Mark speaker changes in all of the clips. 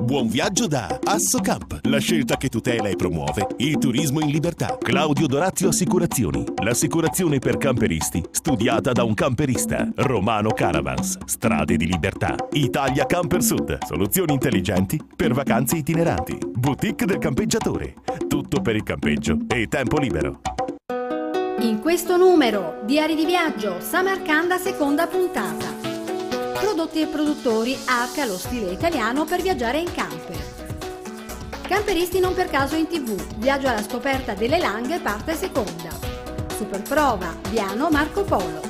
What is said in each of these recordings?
Speaker 1: Buon viaggio da Assocamp, la scelta che tutela e promuove il turismo in libertà. Claudio Dorazio Assicurazioni, l'assicurazione per camperisti studiata da un camperista. Romano Caravans, strade di libertà. Italia Camper Sud, soluzioni intelligenti per vacanze itineranti. Boutique del campeggiatore, tutto per il campeggio e tempo libero.
Speaker 2: In questo numero, Diari di Viaggio, Samarcanda, seconda puntata. Prodotti e produttori H, lo stile italiano per viaggiare in camper. Camperisti non per caso in TV, viaggio alla scoperta delle Langhe, parte seconda. Super prova, Viano Marco Polo.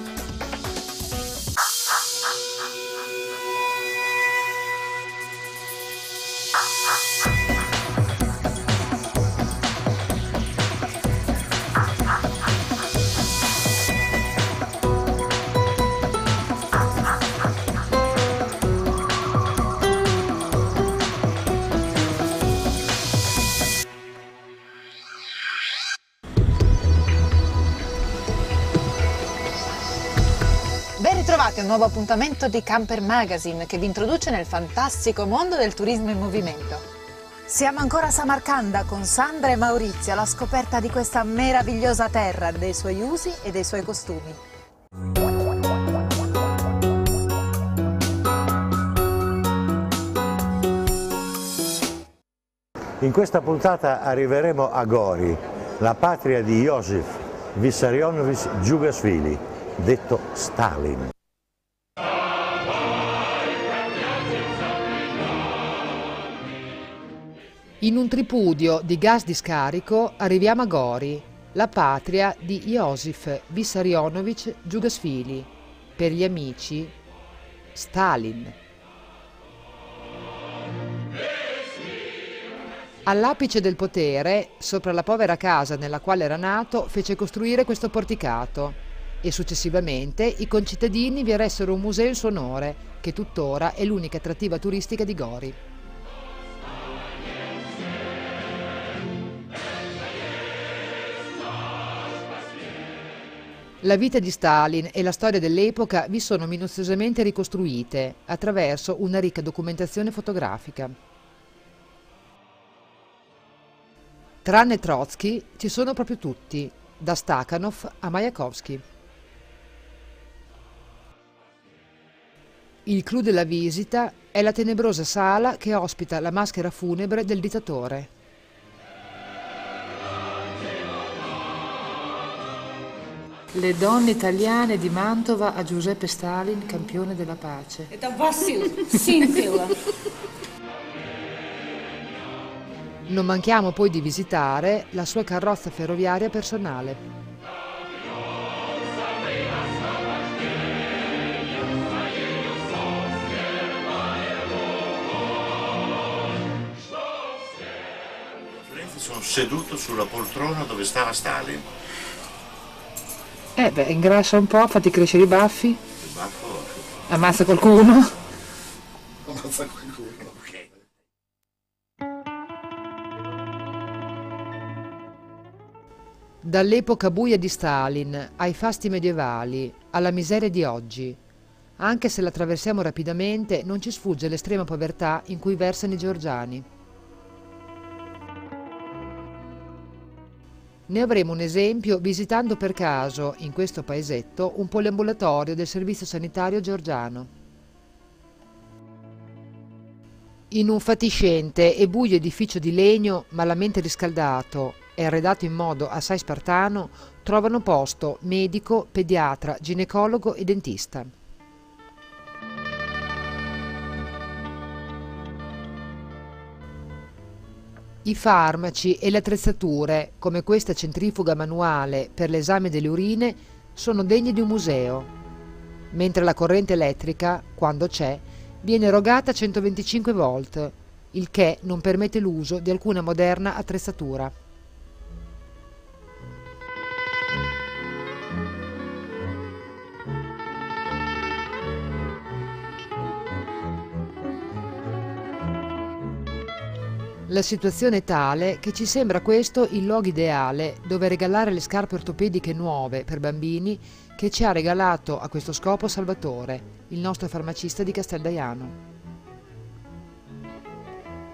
Speaker 3: Ben ritrovati a un nuovo appuntamento di Camper Magazine che vi introduce nel fantastico mondo del turismo in movimento. Siamo ancora a Samarcanda con Sandra e Maurizio alla scoperta di questa meravigliosa terra, dei suoi usi e dei suoi costumi.
Speaker 4: In questa puntata arriveremo a Gori, la patria di Iosif Vissarionovich Djugasvili, detto Stalin.
Speaker 5: In un tripudio di gas di scarico arriviamo a Gori, la patria di Iosif Vissarionovich Djugasvili, per gli amici Stalin. All'apice del potere, sopra la povera casa nella quale era nato, fece costruire questo porticato e successivamente i concittadini vi eressero un museo in suo onore, che tuttora è l'unica attrattiva turistica di Gori. La vita di Stalin e la storia dell'epoca vi sono minuziosamente ricostruite attraverso una ricca documentazione fotografica. Tranne Trotsky ci sono proprio tutti, da Stakhanov a Majakovsky. Il clou della visita è la tenebrosa sala che ospita la maschera funebre del dittatore. Le donne italiane di Mantova a Giuseppe Stalin, campione della pace. Non manchiamo poi di visitare la sua carrozza ferroviaria personale.
Speaker 6: Sono seduto sulla poltrona dove stava Stalin.
Speaker 5: Ingrassa un po', fatti crescere i baffi.
Speaker 6: Il baffo.
Speaker 5: Ammazza qualcuno.
Speaker 6: Ammazza qualcuno, ok.
Speaker 5: Dall'epoca buia di Stalin ai fasti medievali, alla miseria di oggi. Anche se la attraversiamo rapidamente, non ci sfugge l'estrema povertà in cui versano i georgiani. Ne avremo un esempio visitando per caso, in questo paesetto, un poliambulatorio del servizio sanitario georgiano. In un fatiscente e buio edificio di legno malamente riscaldato e arredato in modo assai spartano, trovano posto medico, pediatra, ginecologo e dentista. I farmaci e le attrezzature, come questa centrifuga manuale per l'esame delle urine, sono degni di un museo, mentre la corrente elettrica, quando c'è, viene erogata a 125 volt, il che non permette l'uso di alcuna moderna attrezzatura. La situazione è tale che ci sembra questo il luogo ideale dove regalare le scarpe ortopediche nuove per bambini che ci ha regalato a questo scopo Salvatore, il nostro farmacista di Casteldaiano.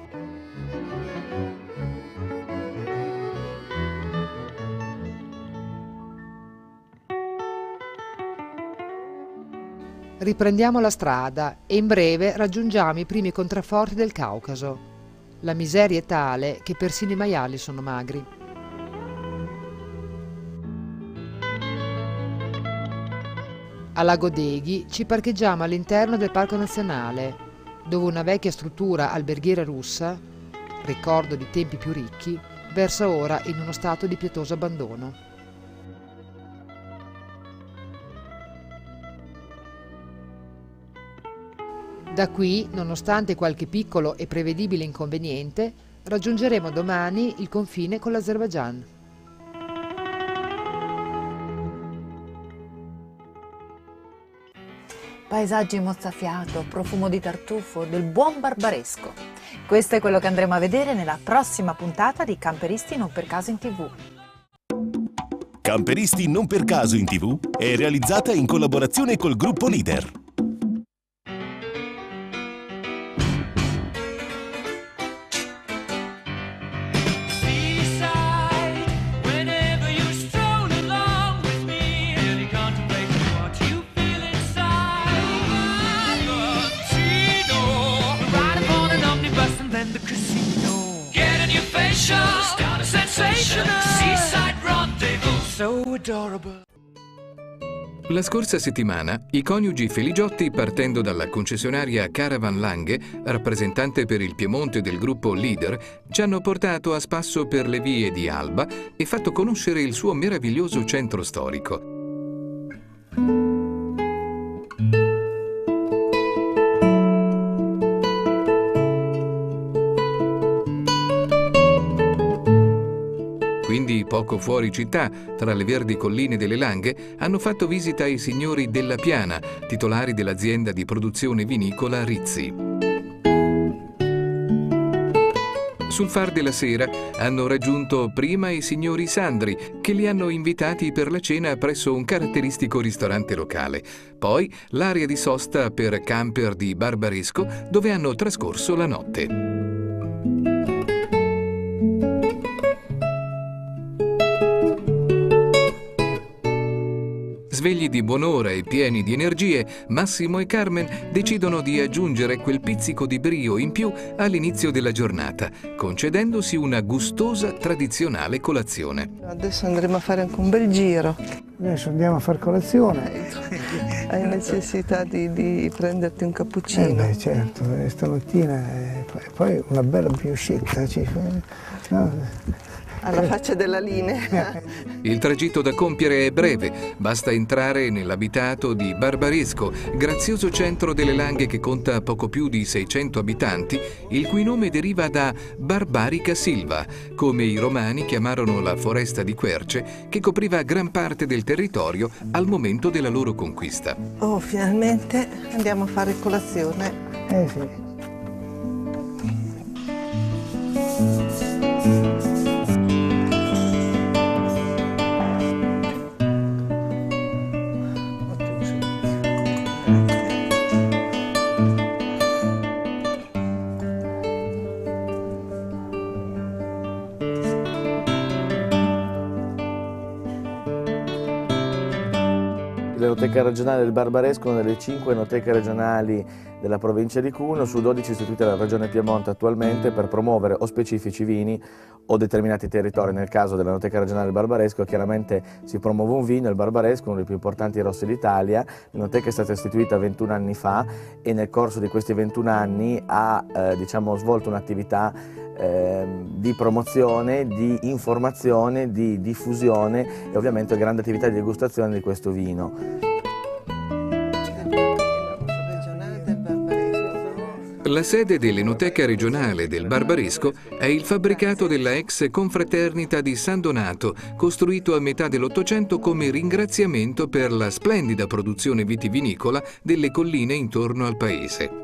Speaker 5: Riprendiamo la strada e in breve raggiungiamo i primi contrafforti del Caucaso. La miseria è tale che persino i maiali sono magri. A Lago Deghi ci parcheggiamo all'interno del Parco Nazionale, dove una vecchia struttura alberghiera russa, ricordo di tempi più ricchi, versa ora in uno stato di pietoso abbandono. Da qui, nonostante qualche piccolo e prevedibile inconveniente, raggiungeremo domani il confine con l'Azerbaigian.
Speaker 3: Paesaggi mozzafiato, profumo di tartufo, del buon barbaresco. Questo è quello che andremo a vedere nella prossima puntata di Camperisti non per caso in TV.
Speaker 1: Camperisti non per caso in TV è realizzata in collaborazione col gruppo Leader.
Speaker 7: La scorsa settimana i coniugi Feligiotti, partendo dalla concessionaria Caravan Langhe, rappresentante per il Piemonte del gruppo Leader, ci hanno portato a spasso per le vie di Alba e fatto conoscere il suo meraviglioso centro storico. Quindi, poco fuori città, tra le verdi colline delle Langhe, hanno fatto visita ai signori Della Piana, titolari dell'azienda di produzione vinicola Rizzi. Sul far della sera hanno raggiunto prima i signori Sandri, che li hanno invitati per la cena presso un caratteristico ristorante locale. Poi l'area di sosta per camper di Barbaresco, dove hanno trascorso la notte. Svegli di buon'ora e pieni di energie, Massimo e Carmen decidono di aggiungere quel pizzico di brio in più all'inizio della giornata, concedendosi una gustosa tradizionale colazione.
Speaker 8: Adesso andremo a fare anche un bel giro.
Speaker 9: Adesso andiamo a fare colazione.
Speaker 8: Hai necessità di prenderti un cappuccino?
Speaker 9: Beh, certo, stamattina poi una bella briochetta. No.
Speaker 8: Alla faccia della linea.
Speaker 7: Il tragitto da compiere è breve, basta entrare nell'abitato di Barbaresco, grazioso centro delle Langhe che conta poco più di 600 abitanti, il cui nome deriva da Barbarica Silva, come i romani chiamarono la foresta di querce che copriva gran parte del territorio al momento della loro conquista.
Speaker 8: Oh, finalmente andiamo a fare colazione.
Speaker 9: Sì.
Speaker 10: L'Enoteca regionale del Barbaresco è una delle 5 enoteche regionali della provincia di Cuneo, su 12 istituite dalla regione Piemonte attualmente per promuovere o specifici vini o determinati territori. Nel caso dell'Enoteca regionale del Barbaresco chiaramente si promuove un vino, il Barbaresco, uno dei più importanti rossi d'Italia. L'Enoteca è stata istituita 21 anni fa e nel corso di questi 21 anni ha svolto un'attività di promozione, di informazione, di diffusione e ovviamente grande attività di degustazione di questo vino.
Speaker 7: La sede dell'Enoteca regionale del Barbaresco è il fabbricato della ex confraternita di San Donato, costruito a metà dell'Ottocento come ringraziamento per la splendida produzione vitivinicola delle colline intorno al paese.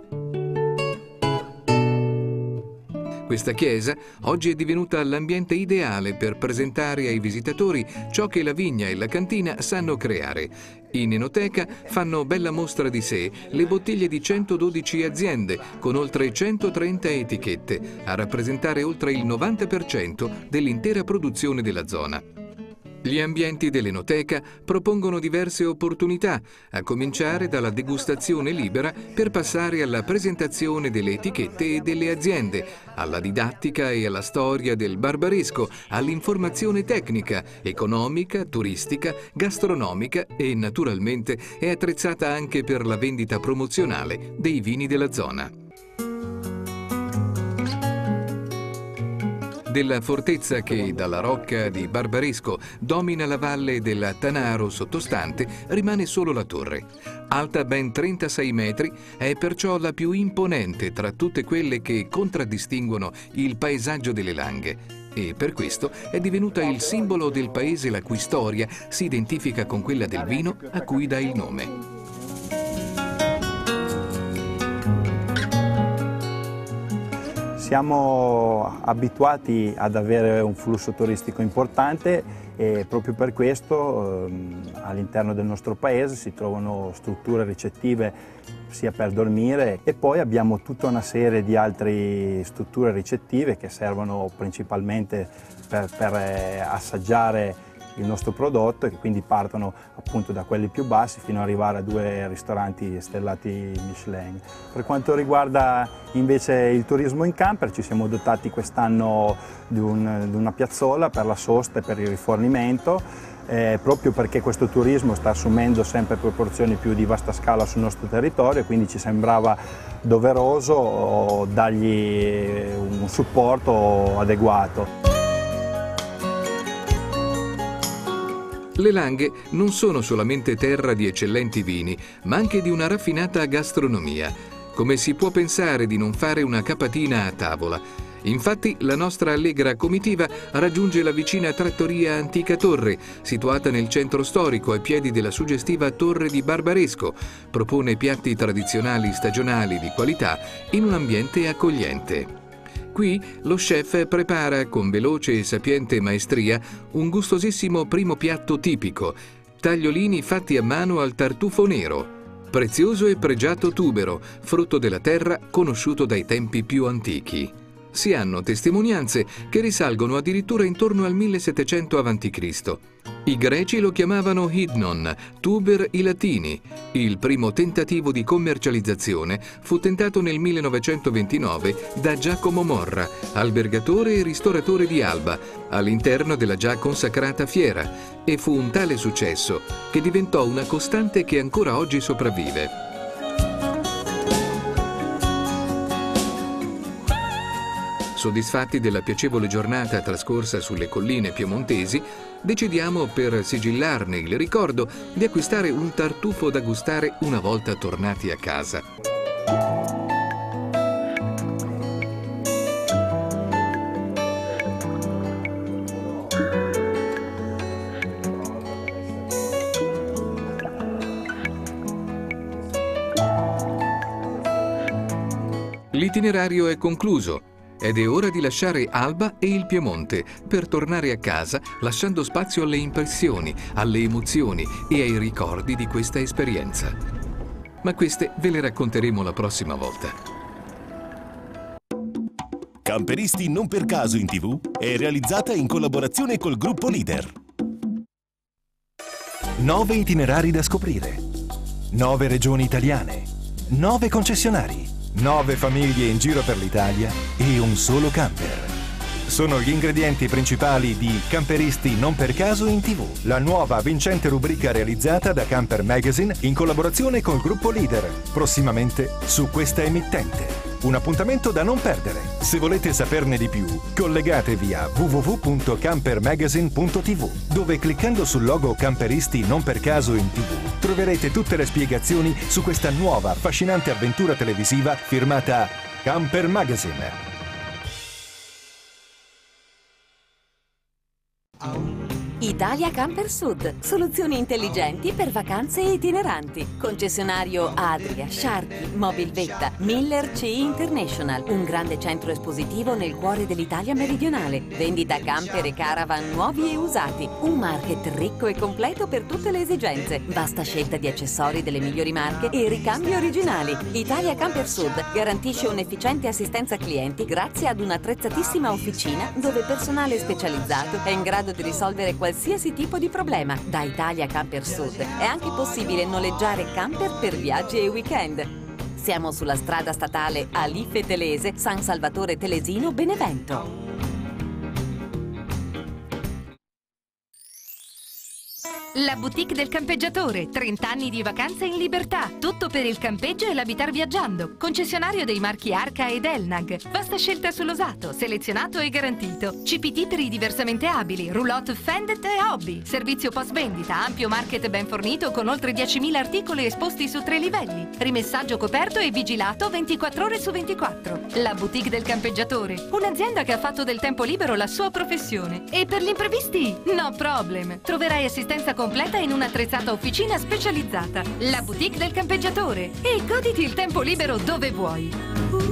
Speaker 7: Questa chiesa oggi è divenuta l'ambiente ideale per presentare ai visitatori ciò che la vigna e la cantina sanno creare. In enoteca fanno bella mostra di sé le bottiglie di 112 aziende con oltre 130 etichette, a rappresentare oltre il 90% dell'intera produzione della zona. Gli ambienti dell'Enoteca propongono diverse opportunità, a cominciare dalla degustazione libera per passare alla presentazione delle etichette e delle aziende, alla didattica e alla storia del barbaresco, all'informazione tecnica, economica, turistica, gastronomica e naturalmente è attrezzata anche per la vendita promozionale dei vini della zona. Della fortezza che dalla rocca di Barbaresco domina la valle del Tanaro sottostante rimane solo la torre. Alta ben 36 metri, è perciò la più imponente tra tutte quelle che contraddistinguono il paesaggio delle Langhe e per questo è divenuta il simbolo del paese la cui storia si identifica con quella del vino a cui dà il nome.
Speaker 11: Siamo abituati ad avere un flusso turistico importante e proprio per questo all'interno del nostro paese si trovano strutture ricettive sia per dormire e poi abbiamo tutta una serie di altre strutture ricettive che servono principalmente per assaggiare il nostro prodotto e che quindi partono appunto da quelli più bassi fino ad arrivare a 2 ristoranti stellati Michelin. Per quanto riguarda invece il turismo in camper, ci siamo dotati quest'anno di una piazzola per la sosta e per il rifornimento, proprio perché questo turismo sta assumendo sempre proporzioni più di vasta scala sul nostro territorio e quindi ci sembrava doveroso dargli un supporto adeguato.
Speaker 7: Le Langhe non sono solamente terra di eccellenti vini, ma anche di una raffinata gastronomia. Come si può pensare di non fare una capatina a tavola? Infatti la nostra allegra comitiva raggiunge la vicina trattoria Antica Torre, situata nel centro storico ai piedi della suggestiva Torre di Barbaresco. Propone piatti tradizionali stagionali di qualità in un ambiente accogliente. Qui lo chef prepara con veloce e sapiente maestria un gustosissimo primo piatto tipico, tagliolini fatti a mano al tartufo nero, prezioso e pregiato tubero, frutto della terra conosciuto dai tempi più antichi. Si hanno testimonianze che risalgono addirittura intorno al 1700 a.C. I greci lo chiamavano hydnon, tuber i latini. Il primo tentativo di commercializzazione fu tentato nel 1929 da Giacomo Morra, albergatore e ristoratore di Alba, all'interno della già consacrata fiera, e fu un tale successo che diventò una costante che ancora oggi sopravvive. Soddisfatti della piacevole giornata trascorsa sulle colline piemontesi, decidiamo, per sigillarne il ricordo, di acquistare un tartufo da gustare una volta tornati a casa. L'itinerario è concluso. Ed è ora di lasciare Alba e il Piemonte per tornare a casa lasciando spazio alle impressioni, alle emozioni e ai ricordi di questa esperienza. Ma queste ve le racconteremo la prossima volta.
Speaker 1: Camperisti non per caso in TV è realizzata in collaborazione col gruppo Leader.
Speaker 12: 9 itinerari da scoprire, 9 regioni italiane, 9 concessionari, 9 famiglie in giro per l'Italia e un solo camper. Sono gli ingredienti principali di Camperisti non per caso in TV, la nuova vincente rubrica realizzata da Camper Magazine in collaborazione col gruppo Leader, prossimamente su questa emittente. Un appuntamento da non perdere. Se volete saperne di più, collegatevi a www.campermagazine.tv, dove cliccando sul logo Camperisti non per caso in TV troverete tutte le spiegazioni su questa nuova affascinante avventura televisiva firmata Camper Magazine.
Speaker 13: Italia Camper Sud, soluzioni intelligenti per vacanze itineranti. Concessionario Adria, Sharky, Mobilvetta, Miller CE International, un grande centro espositivo nel cuore dell'Italia meridionale. Vendita camper e caravan nuovi e usati. Un market ricco e completo per tutte le esigenze. Vasta scelta di accessori delle migliori marche e ricambi originali. Italia Camper Sud garantisce un'efficiente assistenza clienti grazie ad un'attrezzatissima officina dove personale specializzato è in grado di risolvere qualsiasi qualsiasi tipo di problema. Da Italia Camper Sud è anche possibile noleggiare camper per viaggi e weekend. Siamo sulla strada statale Alife Telese, San Salvatore Telesino, Benevento.
Speaker 14: La boutique del campeggiatore, 30 anni di vacanze in libertà, tutto per il campeggio e l'abitare viaggiando. Concessionario dei marchi Arca ed Elnag, vasta scelta sull'usato, selezionato e garantito. CPT per i diversamente abili, roulotte Fendet e hobby. Servizio post vendita, ampio market ben fornito con oltre 10.000 articoli esposti su 3 livelli. Rimessaggio coperto e vigilato 24 ore su 24. La boutique del campeggiatore, un'azienda che ha fatto del tempo libero la sua professione. E per gli imprevisti, no problem. Troverai assistenza completa in un'attrezzata officina specializzata. La boutique del campeggiatore. E goditi il tempo libero dove vuoi.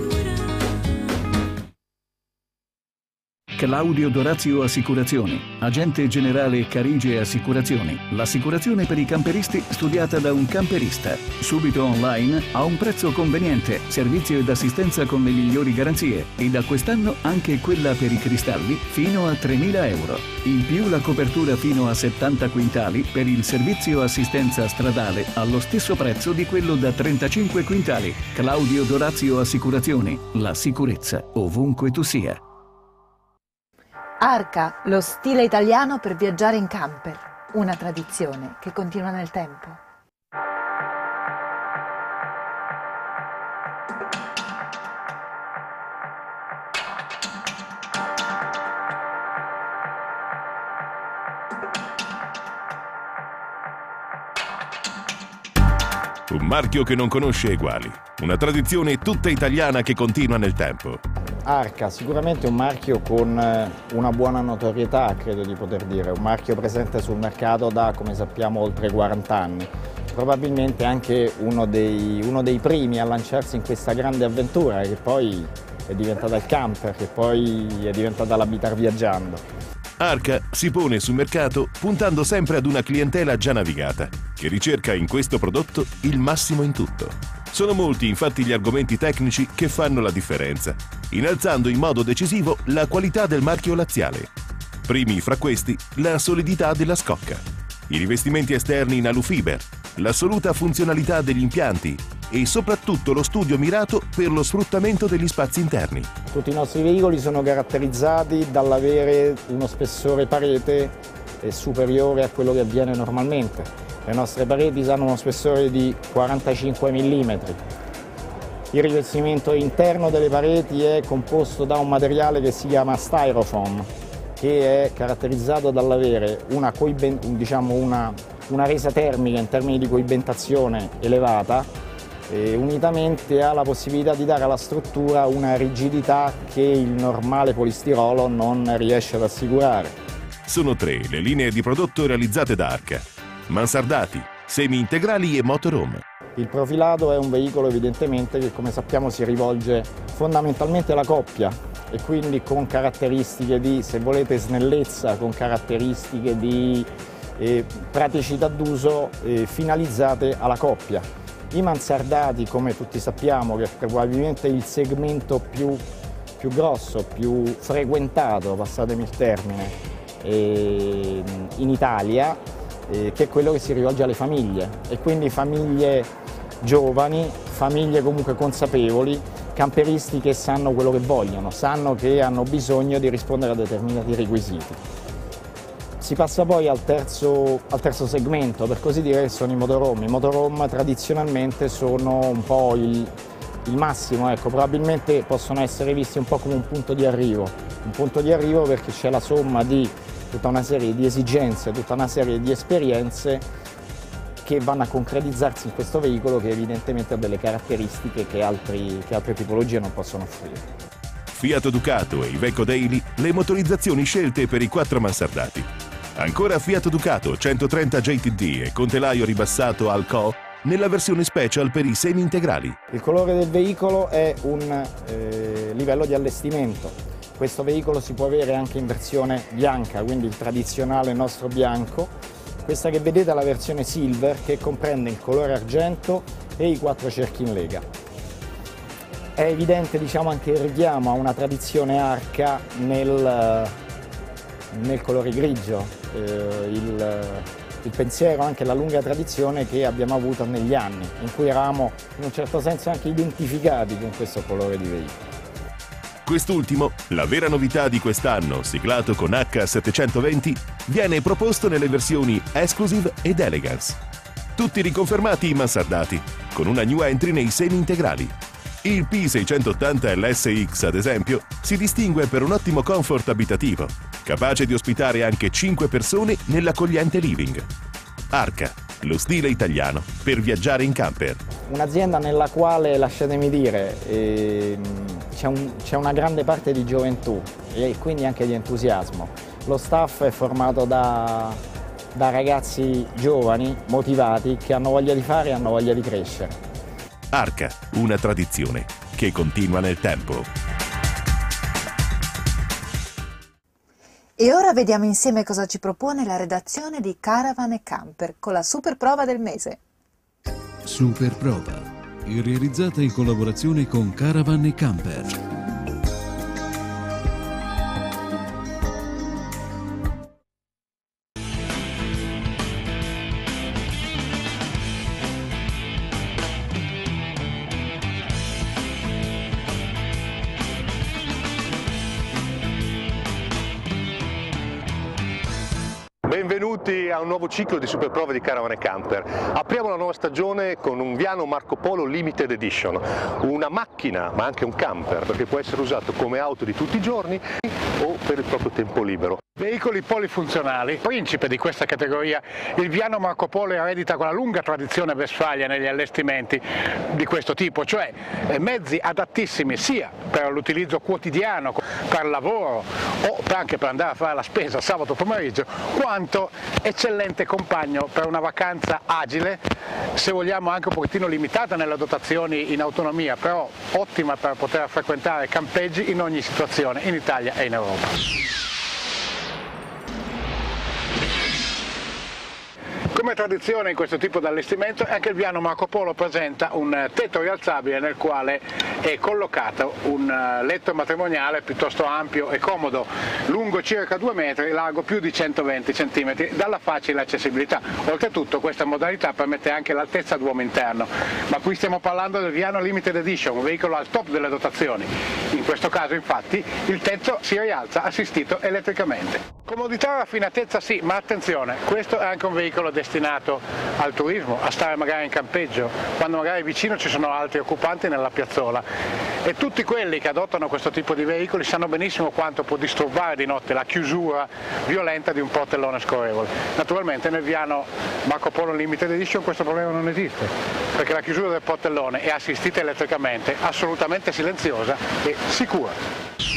Speaker 15: Claudio Dorazio Assicurazioni, agente generale Carige Assicurazioni. L'assicurazione per i camperisti studiata da un camperista. Subito online, a un prezzo conveniente, servizio ed assistenza con le migliori garanzie e da quest'anno anche quella per i cristalli fino a 3.000 euro. In più la copertura fino a 70 quintali per il servizio assistenza stradale allo stesso prezzo di quello da 35 quintali. Claudio Dorazio Assicurazioni, la sicurezza ovunque tu sia.
Speaker 3: Arca, lo stile italiano per viaggiare in camper, una tradizione che continua nel tempo.
Speaker 1: Un marchio che non conosce eguali, una tradizione tutta italiana che continua nel tempo.
Speaker 16: Arca, sicuramente un marchio con una buona notorietà, credo di poter dire, un marchio presente sul mercato da, come sappiamo, oltre 40 anni. Probabilmente anche uno dei primi a lanciarsi in questa grande avventura che poi è diventata il camper, che poi è diventata l'abitare viaggiando.
Speaker 1: Arca si pone sul mercato puntando sempre ad una clientela già navigata, che ricerca in questo prodotto il massimo in tutto. Sono molti infatti gli argomenti tecnici che fanno la differenza, innalzando in modo decisivo la qualità del marchio laziale. Primi fra questi la solidità della scocca, i rivestimenti esterni in alufiber, l'assoluta funzionalità degli impianti e soprattutto lo studio mirato per lo sfruttamento degli spazi interni.
Speaker 16: Tutti i nostri veicoli sono caratterizzati dall'avere uno spessore parete superiore a quello che avviene normalmente. Le nostre pareti hanno uno spessore di 45 mm. Il rivestimento interno delle pareti è composto da un materiale che si chiama Styrofoam, che è caratterizzato dall'avere una resa termica in termini di coibentazione elevata, unitamente alla possibilità di dare alla struttura una rigidità che il normale polistirolo non riesce ad assicurare.
Speaker 1: Sono 3 le linee di prodotto realizzate da Arca: mansardati, semi-integrali e motorhome.
Speaker 16: Il profilato è un veicolo evidentemente che, come sappiamo, si rivolge fondamentalmente alla coppia e quindi con caratteristiche di, se volete, snellezza, con caratteristiche di praticità d'uso finalizzate alla coppia. I mansardati, come tutti sappiamo, che è probabilmente il segmento più grosso, più frequentato, passatemi il termine, in Italia, che è quello che si rivolge alle famiglie e quindi famiglie giovani, famiglie comunque consapevoli, camperisti che sanno quello che vogliono, sanno che hanno bisogno di rispondere a determinati requisiti. Si passa poi al terzo segmento, per così dire, che sono i motorhome. I motorhome tradizionalmente sono un po' il massimo, ecco, probabilmente possono essere visti un po' come un punto di arrivo perché c'è la somma di tutta una serie di esigenze, tutta una serie di esperienze che vanno a concretizzarsi in questo veicolo che evidentemente ha delle caratteristiche che altre tipologie non possono offrire.
Speaker 1: Fiat Ducato e Iveco Daily, le motorizzazioni scelte per i 4 mansardati. Ancora Fiat Ducato 130 JTD e con telaio ribassato al CO nella versione special per i semi-integrali.
Speaker 16: Il colore del veicolo è un livello di allestimento. Questo veicolo si può avere anche in versione bianca, quindi il tradizionale nostro bianco. Questa che vedete è la versione silver, che comprende il colore argento e i 4 cerchi in lega. È evidente, diciamo, anche il richiamo a una tradizione Arca nel colore grigio, il pensiero, anche la lunga tradizione che abbiamo avuto negli anni, in cui eravamo in un certo senso anche identificati con questo colore di veicolo.
Speaker 1: Quest'ultimo, la vera novità di quest'anno, siglato con H720, viene proposto nelle versioni Exclusive ed Elegance. Tutti riconfermati in mansardati, con una new entry nei semi integrali. Il P680 LSX, ad esempio, si distingue per un ottimo comfort abitativo, capace di ospitare anche 5 persone nell'accogliente living. Arca, lo stile italiano per viaggiare in camper.
Speaker 16: Un'azienda nella quale, lasciatemi dire, c'è una grande parte di gioventù e quindi anche di entusiasmo. Lo staff è formato da ragazzi giovani, motivati, che hanno voglia di fare e hanno voglia di crescere.
Speaker 1: Arca, una tradizione che continua nel tempo.
Speaker 3: E ora vediamo insieme cosa ci propone la redazione di Caravan & Camper con la super prova del mese.
Speaker 17: Super prova, realizzata in collaborazione con Caravan & Camper.
Speaker 18: Benvenuti a un nuovo ciclo di super prove di Caravan & Camper. Apriamo la nuova stagione con un Viano Marco Polo Limited Edition, una macchina ma anche un camper, perché può essere usato come auto di tutti i giorni o per il proprio tempo libero.
Speaker 19: Veicoli polifunzionali, principe di questa categoria, il Viano Marco Polo eredita con la lunga tradizione Westfalia negli allestimenti di questo tipo, cioè mezzi adattissimi sia per l'utilizzo quotidiano, per lavoro o anche per andare a fare la spesa sabato pomeriggio, quanto eccellente compagno per una vacanza agile, se vogliamo anche un pochettino limitata nelle dotazioni in autonomia, però ottima per poter frequentare campeggi in ogni situazione in Italia e in Europa. Come tradizione in questo tipo di allestimento anche il Viano Marco Polo presenta un tetto rialzabile nel quale è collocato un letto matrimoniale piuttosto ampio e comodo, lungo circa 2 metri, largo più di 120 cm, dalla facile accessibilità. Oltretutto questa modalità permette anche l'altezza d'uomo interno, ma qui stiamo parlando del Viano Limited Edition, un veicolo al top delle dotazioni. In questo caso infatti il tetto si rialza assistito elettricamente. Comodità e raffinatezza sì, ma attenzione, questo è anche un veicolo destinato al turismo, a stare magari in campeggio, quando magari vicino ci sono altri occupanti nella piazzola. E tutti quelli che adottano questo tipo di veicoli sanno benissimo quanto può disturbare di notte la chiusura violenta di un portellone scorrevole. Naturalmente nel Viano Marco Polo Limited Edition questo problema non esiste, perché la chiusura del portellone è assistita elettricamente, assolutamente silenziosa e sicura.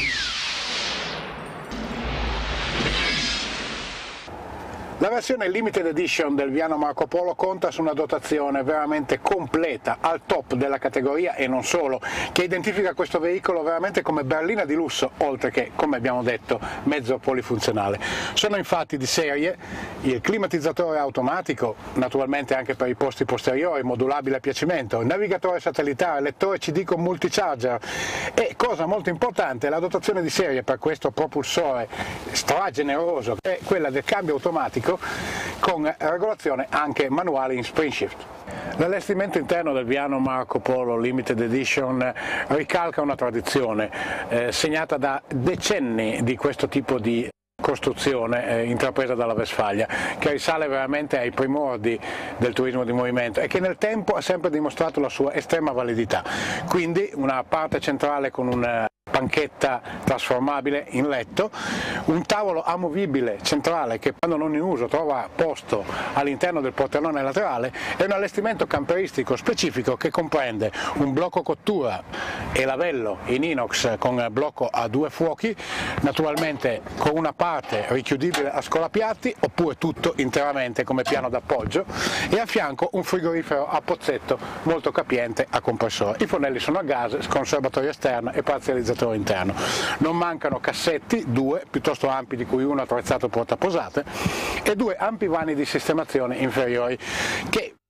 Speaker 19: La versione Limited Edition del Viano Marco Polo conta su una dotazione veramente completa, al top della categoria e non solo, che identifica questo veicolo veramente come berlina di lusso, oltre che, come abbiamo detto, mezzo polifunzionale. Sono infatti di serie il climatizzatore automatico, naturalmente anche per i posti posteriori, modulabile a piacimento, navigatore satellitare, lettore CD con multicharger e, cosa molto importante, la dotazione di serie per questo propulsore strageneroso è quella del cambio automatico con regolazione anche manuale in spring shift. L'allestimento interno del Viano Marco Polo Limited Edition ricalca una tradizione segnata da decenni di questo tipo di costruzione intrapresa dalla Westfalia, che risale veramente ai primordi del turismo di movimento e che nel tempo ha sempre dimostrato la sua estrema validità. Quindi una parte centrale con un panchetta trasformabile in letto, un tavolo amovibile centrale che quando non in uso trova posto all'interno del portellone laterale e un allestimento camperistico specifico che comprende un blocco cottura e lavello in inox con blocco a 2 fuochi, naturalmente con una parte richiudibile a scolapiatti oppure tutto interamente come piano d'appoggio e a fianco un frigorifero a pozzetto molto capiente a compressore. I fornelli sono a gas con serbatoio esterno e parzializzatore interno. Non mancano cassetti, 2 piuttosto ampi, di cui uno attrezzato portaposate e 2 ampi vani di sistemazione inferiori che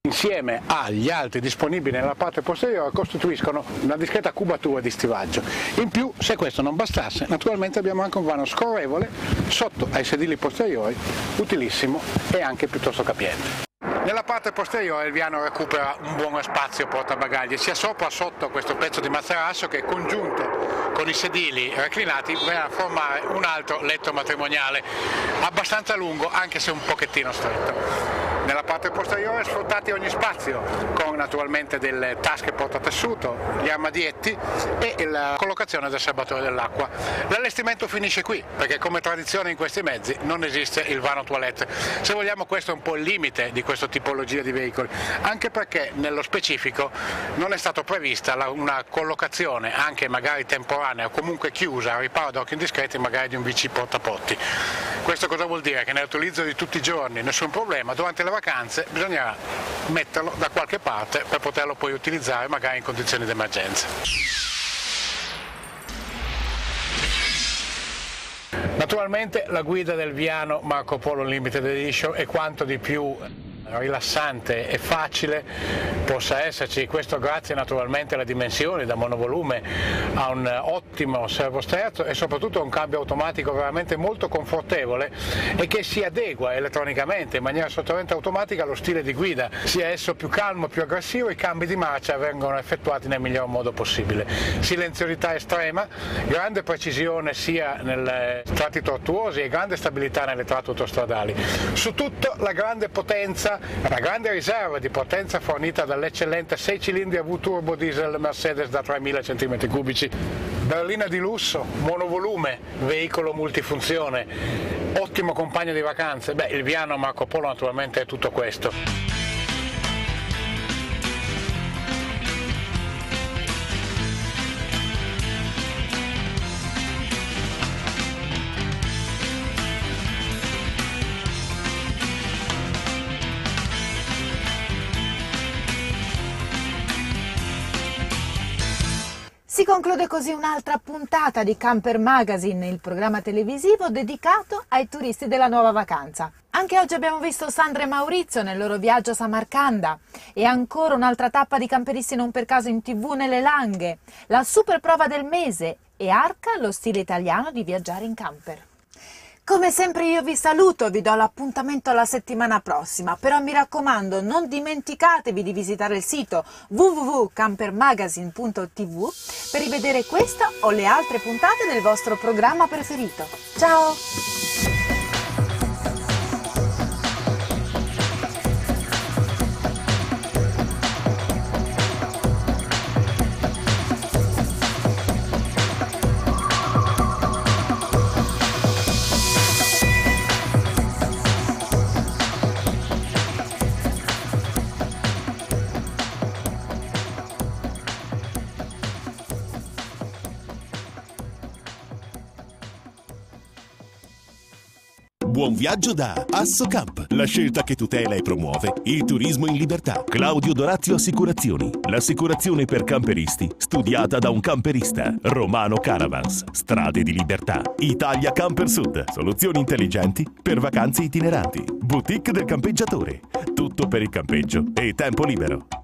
Speaker 19: insieme agli altri disponibili nella parte posteriore costituiscono una discreta cubatura di stivaggio. In più, se questo non bastasse, naturalmente abbiamo anche un vano scorrevole sotto ai sedili posteriori, utilissimo e anche piuttosto capiente. Nella parte posteriore il Viano recupera un buon spazio portabagagli, sia sopra sotto questo pezzo di materasso che congiunto con i sedili reclinati va a formare un altro letto matrimoniale, abbastanza lungo anche se un pochettino stretto. Nella parte posteriore sfruttati ogni spazio con naturalmente delle tasche portatessuto, gli armadietti e la collocazione del serbatoio dell'acqua. L'allestimento finisce qui perché come tradizione in questi mezzi non esiste il vano toilette. Se vogliamo questo è un po' il limite di questa tipologia di veicoli, anche perché nello specifico non è stata prevista una collocazione anche magari temporanea o comunque chiusa a riparo da occhi indiscreti magari di un VC portapotti. Questo cosa vuol dire? Che nell'utilizzo di tutti i giorni nessun problema, durante le vacanze bisognerà metterlo da qualche parte per poterlo poi utilizzare magari in condizioni di emergenza. Naturalmente la guida del Viano Marco Polo Limited Edition è quanto di più rilassante e facile possa esserci, questo grazie naturalmente alle dimensioni da monovolume, a un ottimo servosterzo e soprattutto a un cambio automatico veramente molto confortevole e che si adegua elettronicamente in maniera assolutamente automatica allo stile di guida, sia esso più calmo, più aggressivo, i cambi di marcia vengono effettuati nel miglior modo possibile. Silenziosità estrema, grande precisione sia nei tratti tortuosi e grande stabilità nelle tratte autostradali. Su tutto la grande potenza, la grande riserva di potenza fornita dall'eccellente 6 cilindri a V turbo diesel Mercedes da 3000 cm3, berlina di lusso, monovolume, veicolo multifunzione, ottimo compagno di vacanze. Il Viano Marco Polo naturalmente è tutto questo.
Speaker 3: Si conclude così un'altra puntata di Camper Magazine, il programma televisivo dedicato ai turisti della nuova vacanza. Anche oggi abbiamo visto Sandra e Maurizio nel loro viaggio a Samarcanda e ancora un'altra tappa di camperisti non per caso in TV nelle Langhe, la super prova del mese e Arca, lo stile italiano di viaggiare in camper. Come sempre io vi saluto, vi do l'appuntamento la settimana prossima, però mi raccomando non dimenticatevi di visitare il sito www.campermagazine.tv per rivedere questa o le altre puntate del vostro programma preferito. Ciao!
Speaker 1: Buon viaggio da Assocamp, la scelta che tutela e promuove il turismo in libertà. Claudio Dorazio Assicurazioni, l'assicurazione per camperisti studiata da un camperista. Romano Caravans, strade di libertà. Italia Camper Sud, soluzioni intelligenti per vacanze itineranti. Boutique del campeggiatore, tutto per il campeggio e tempo libero.